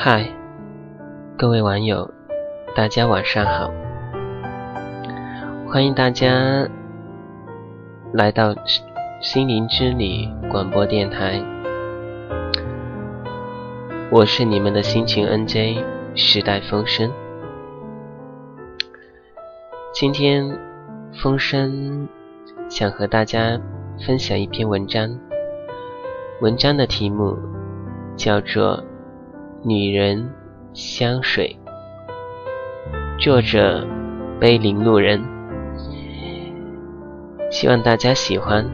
嗨，各位网友，大家晚上好，欢迎大家来到心灵之旅广播电台，我是你们的心情 NJ 时代风声。今天风声想和大家分享一篇文章，文章的题目叫做女人香水，作者碑林路人，希望大家喜欢。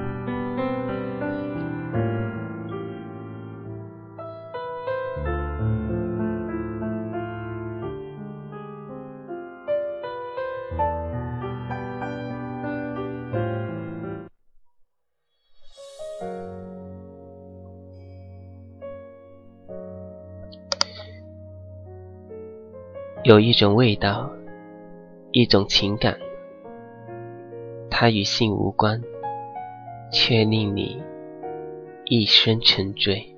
有一种味道，一种情感，它与性无关，却令你一生沉醉。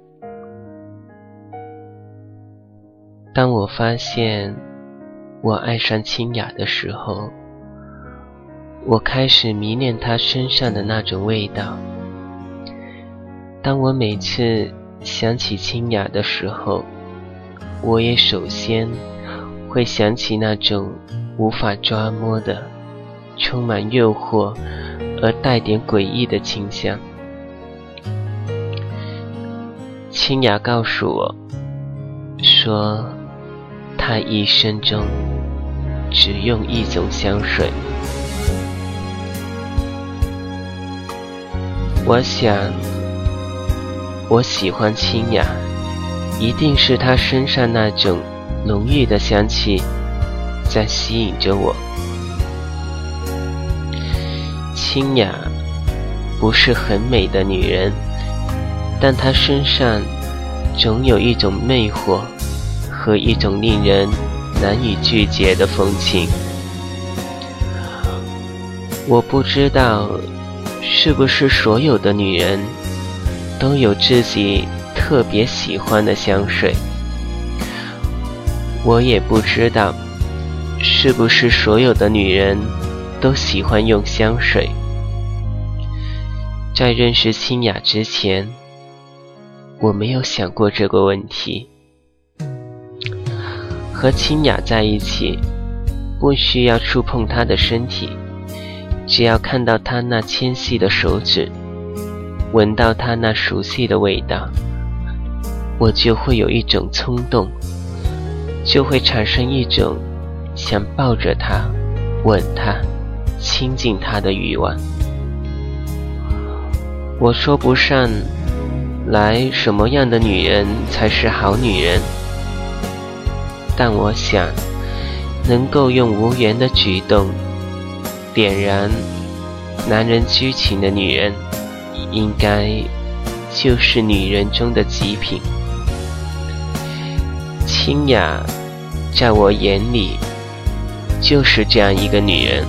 当我发现我爱上清雅的时候，我开始迷恋她身上的那种味道。当我每次想起清雅的时候，我也首先会想起那种无法抓摸的充满诱惑而带点诡异的倾向。清雅告诉我说，她一生中只用一种香水。我想我喜欢清雅，一定是她身上那种浓郁的香气在吸引着我。清雅不是很美的女人，但她身上总有一种魅惑和一种令人难以拒绝的风情。我不知道是不是所有的女人都有自己特别喜欢的香水，我也不知道是不是所有的女人都喜欢用香水。在认识清雅之前，我没有想过这个问题。和清雅在一起，不需要触碰她的身体，只要看到她那纤细的手指，闻到她那熟悉的味道，我就会有一种冲动，就会产生一种想抱着她、吻她、亲近她的欲望。我说不上来什么样的女人才是好女人，但我想能够用无言的举动点燃男人激情的女人，应该就是女人中的极品。清雅在我眼里就是这样一个女人。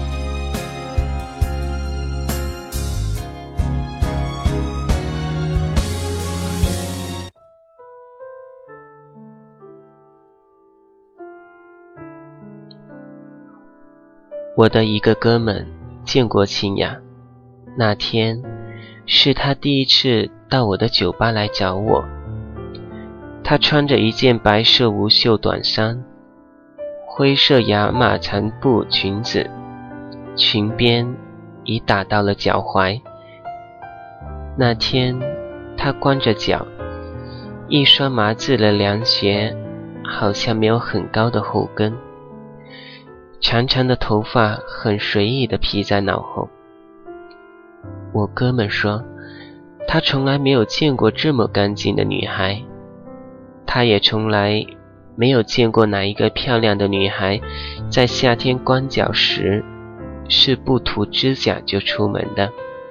我的一个哥们见过清雅，那天是他第一次到我的酒吧来找我。她穿着一件白色无袖短衫，灰色亚马长布裙子，裙边已打到了脚踝。那天她光着脚，一双麻质的凉鞋好像没有很高的后跟，长长的头发很随意地披在脑后。我哥们说，他从来没有见过这么干净的女孩，他也从来没有见过哪一个漂亮的女孩在夏天光脚时是不涂指甲就出门的。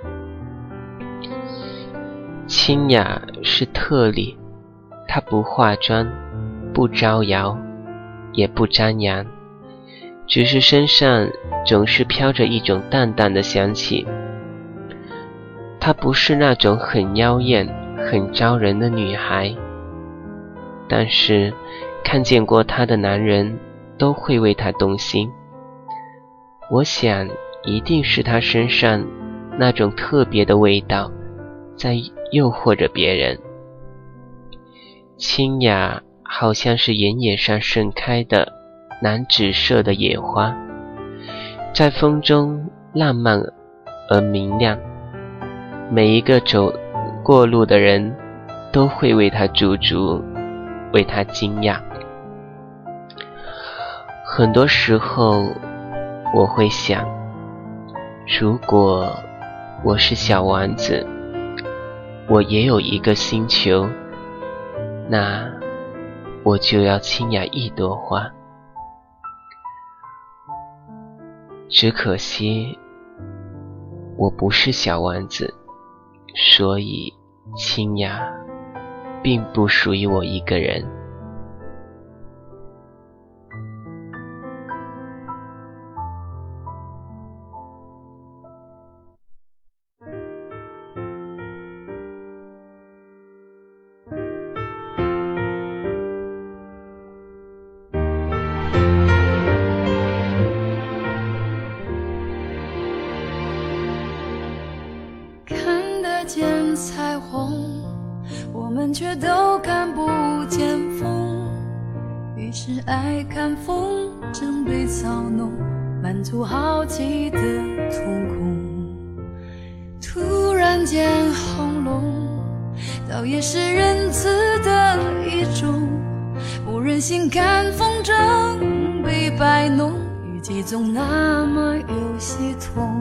清雅是特例，她不化妆，不招摇，也不张扬，只是身上总是飘着一种淡淡的香气。她不是那种很妖艳、很招人的女孩， 但是看见过她的男人都会为她动心。我想一定是她身上那种特别的味道在诱惑着别人。清雅好像是原野上盛开的蓝紫色的野花，在风中浪漫而明亮，每一个走过路的人都会为她驻足，为她惊讶。很多时候我会想，如果我是小王子，我也有一个星球，那我就要清雅一朵花。只可惜我不是小王子，所以清雅并不属于我一个人。 见彩虹，我们却都看不见风，于是爱看风筝被操弄，满足好奇的瞳孔。突然间轰隆，倒也是仁慈的一种，不忍心看风筝被摆弄，语气总那么有系统。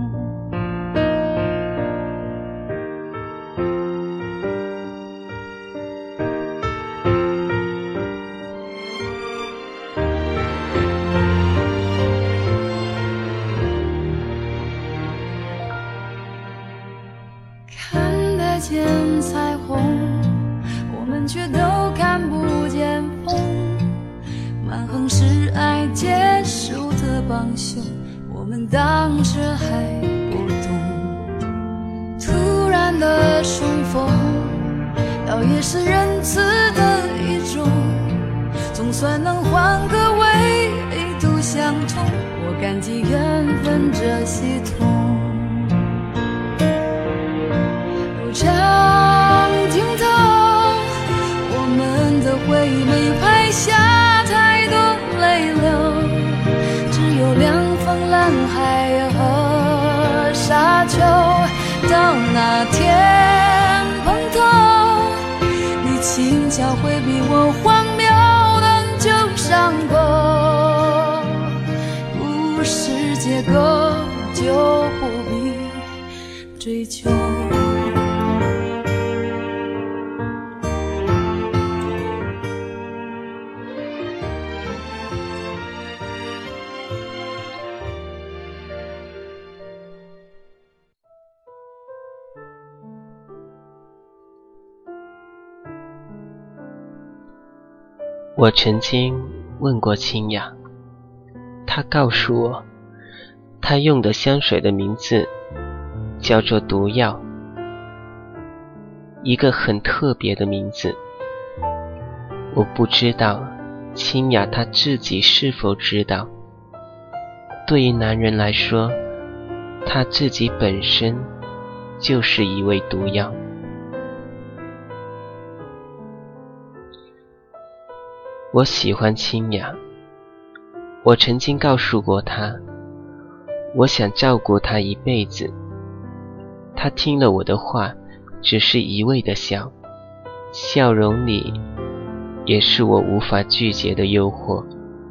见彩虹，我们却都看不见风，蛮横是爱结束的帮凶，我们当时还不懂。突然的重逢，倒也是仁慈的一种，总算能换个维度相同，我感激缘分这系统。长镜头，我们的回忆没拍下太多泪流，只有两方蓝海和沙丘。到那天碰头，你轻巧回避我荒谬的旧伤口，不是结构就不必追求。 我曾经问过清雅，她告诉我，她用的香水的名字叫做毒药，一个很特别的名字。我不知道清雅她自己是否知道，对于男人来说，他自己本身就是一味毒药。我喜欢清雅，我曾经告诉过她，我想照顾她一辈子。她听了我的话，只是一味的笑，笑容里也是我无法拒绝的诱惑。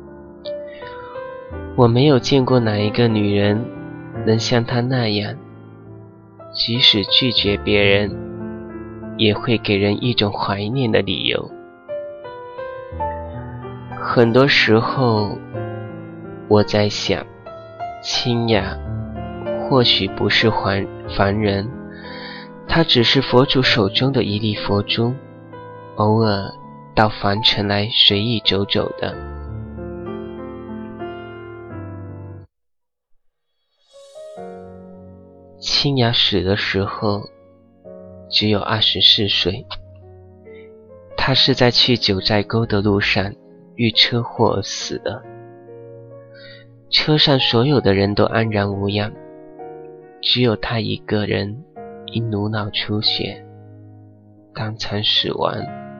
我没有见过哪一个女人能像她那样，即使拒绝别人，也会给人一种怀念的理由。很多时候我在想，清雅或许不是凡人，她只是佛祖手中的一粒佛珠，偶尔到凡尘来随意走走的。清雅死的时候只有24岁，她他是在去九寨沟的路上遇车祸而死的。车上所有的人都安然无恙，只有他一个人因颅脑出血当场死亡。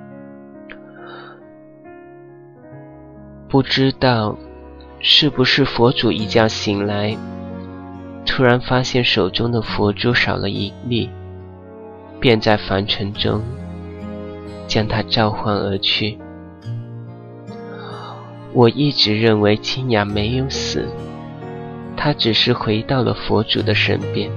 不知道是不是佛祖一觉醒来，突然发现手中的佛珠少了一粒，便在凡尘中将它召唤而去。我一直认为清雅没有死，她只是回到了佛祖的身边。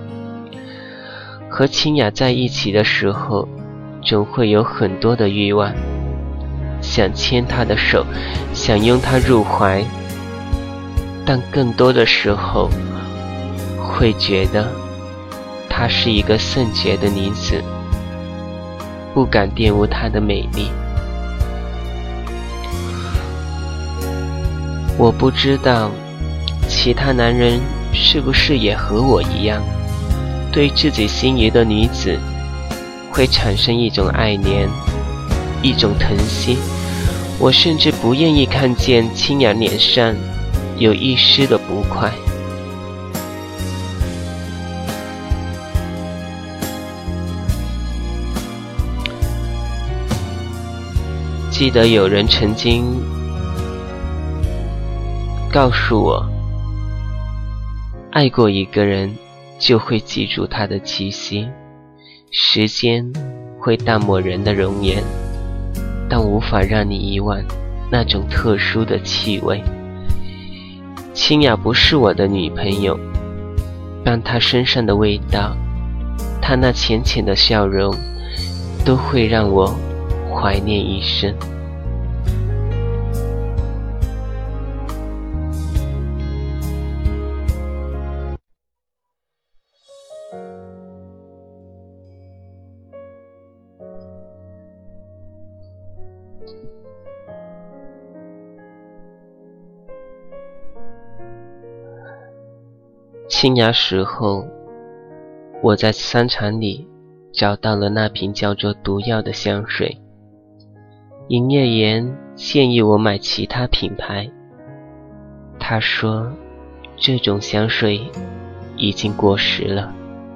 和清雅在一起的时候，总会有很多的欲望，想牵她的手，想拥她入怀，但更多的时候会觉得她是一个圣洁的女子，不敢玷污她的美丽。我不知道其他男人是不是也和我一样，对自己心仪的女子会产生一种爱怜，一种疼惜。我甚至不愿意看见清雅脸上有一丝的不快。记得有人曾经告诉我，爱过一个人就会记住他的气息，时间会淡漠人的容颜，但无法让你遗忘那种特殊的气味。清雅不是我的女朋友，但她身上的味道，她那浅浅的笑容，都会让我怀念一生。清雅死后，我在商场里找到了那瓶叫做毒药的香水，营业员建议我买其他品牌，他说这种香水已经过时了。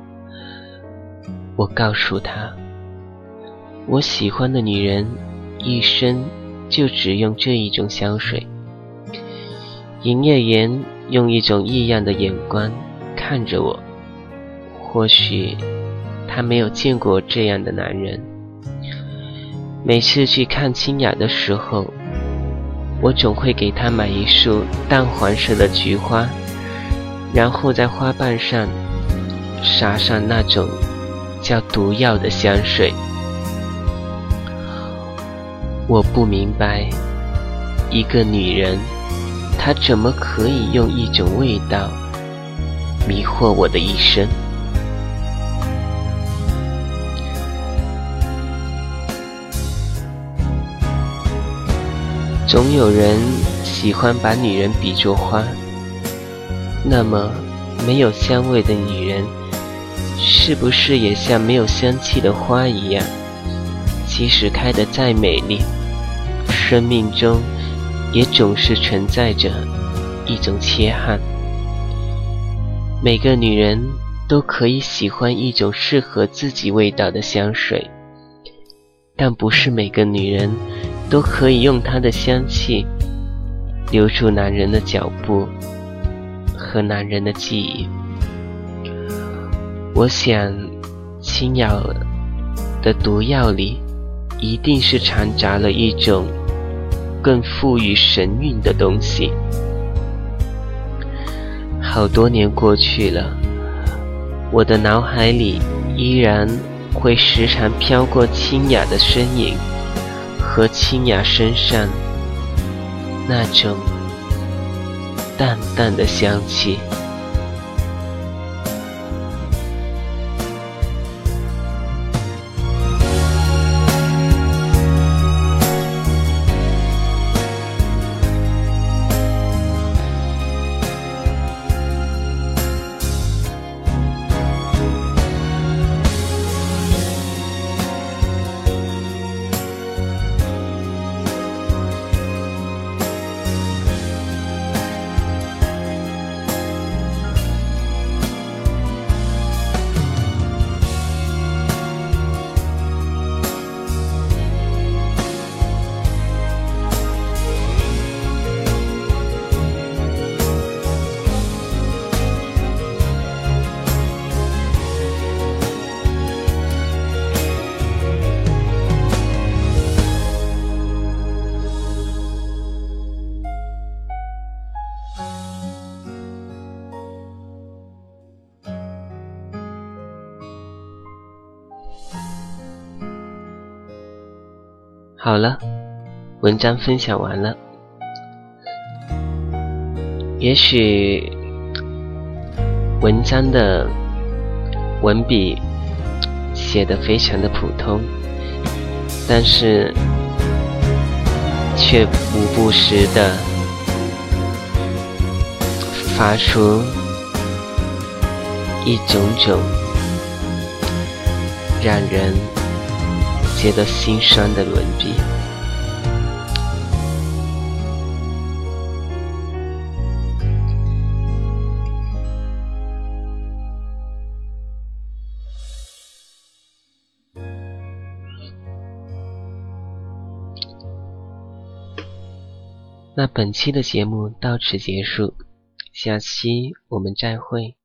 我告诉他，我喜欢的女人一生就只用这一种香水。营业员用一种异样的眼光看着我，或许他没有见过这样的男人。每次去看清雅的时候，我总会给他买一束淡黄色的菊花，然后在花瓣上撒上那种叫毒药的香水。我不明白，一个女人她怎么可以用一种味道迷惑我的一生。总有人喜欢把女人比作花，那么没有香味的女人是不是也像没有香气的花一样，即使开得再美丽，生命中也总是存在着一种缺憾。每个女人都可以喜欢一种适合自己味道的香水，但不是每个女人都可以用她的香气留住男人的脚步和男人的记忆。我想清雅的毒药里一定是掺杂了一种更富于神韵的东西。好多年过去了，我的脑海里依然会时常飘过清雅的身影和清雅身上那种淡淡的香气。 好了，文章分享完了。也许文章的文笔写得非常的普通，但是却无不时地发出一种种让人觉得心酸的文笔。那本期的节目到此结束，下期我们再会。